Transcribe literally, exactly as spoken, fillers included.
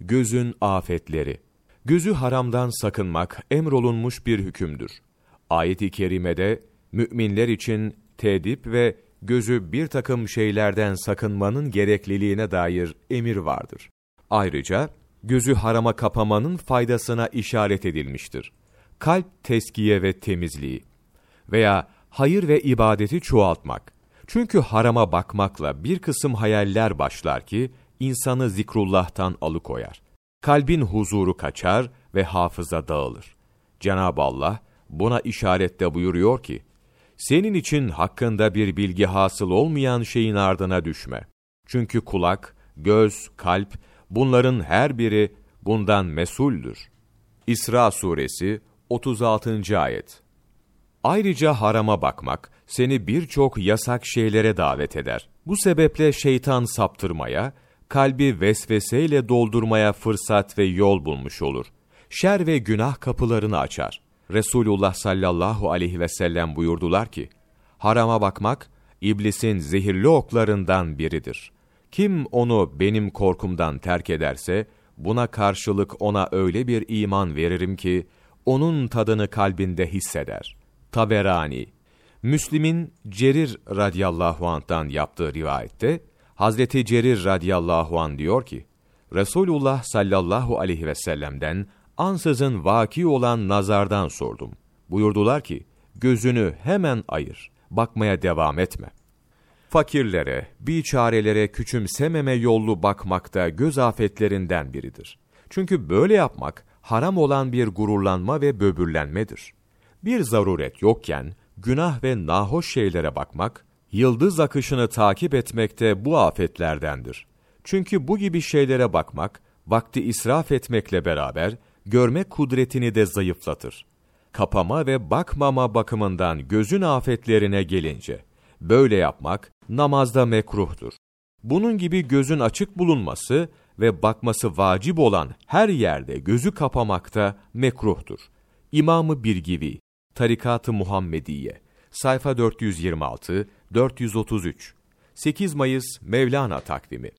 Gözün afetleri. Gözü haramdan sakınmak emrolunmuş bir hükümdür. Ayet-i kerimede müminler için tedip ve gözü bir takım şeylerden sakınmanın gerekliliğine dair emir vardır. Ayrıca gözü harama kapamanın faydasına işaret edilmiştir. Kalp teskiye ve temizliği veya hayır ve ibadeti çoğaltmak. Çünkü harama bakmakla bir kısım hayaller başlar ki insanı zikrullah'tan alıkoyar. Kalbin huzuru kaçar ve hafıza dağılır. Cenab-ı Allah buna işarette buyuruyor ki, senin için hakkında bir bilgi hasıl olmayan şeyin ardına düşme. Çünkü kulak, göz, kalp, bunların her biri bundan mesuldür. İsra suresi otuz altıncı ayet. Ayrıca harama bakmak, seni birçok yasak şeylere davet eder. Bu sebeple şeytan saptırmaya, kalbi vesveseyle doldurmaya fırsat ve yol bulmuş olur. Şer ve günah kapılarını açar. Resulullah sallallahu aleyhi ve sellem buyurdular ki, harama bakmak, iblisin zehirli oklarından biridir. Kim onu benim korkumdan terk ederse, buna karşılık ona öyle bir iman veririm ki, onun tadını kalbinde hisseder. Taberani, Müslim'in Cerir radıyallahu anh'tan yaptığı rivayette, Hazreti Cerir radıyallahu anh diyor ki, Resulullah sallallahu aleyhi ve sellem'den ansızın vaki olan nazardan sordum. Buyurdular ki, gözünü hemen ayır, bakmaya devam etme. Fakirlere, biçarelere küçümsememe yollu bakmak da göz afetlerinden biridir. Çünkü böyle yapmak, haram olan bir gururlanma ve böbürlenmedir. Bir zaruret yokken, günah ve nahoş şeylere bakmak, yıldız akışını takip etmekte bu afetlerdendir. Çünkü bu gibi şeylere bakmak, vakti israf etmekle beraber, görme kudretini de zayıflatır. Kapama ve bakmama bakımından gözün afetlerine gelince, böyle yapmak namazda mekruhtur. Bunun gibi gözün açık bulunması ve bakması vacip olan her yerde gözü kapamakta mekruhtur. İmam-ı Birgivi, Tarikat-ı Muhammediye, sayfa dört yüz yirmi altı dört yüz otuz üç, sekiz Mayıs Mevlana takvimi.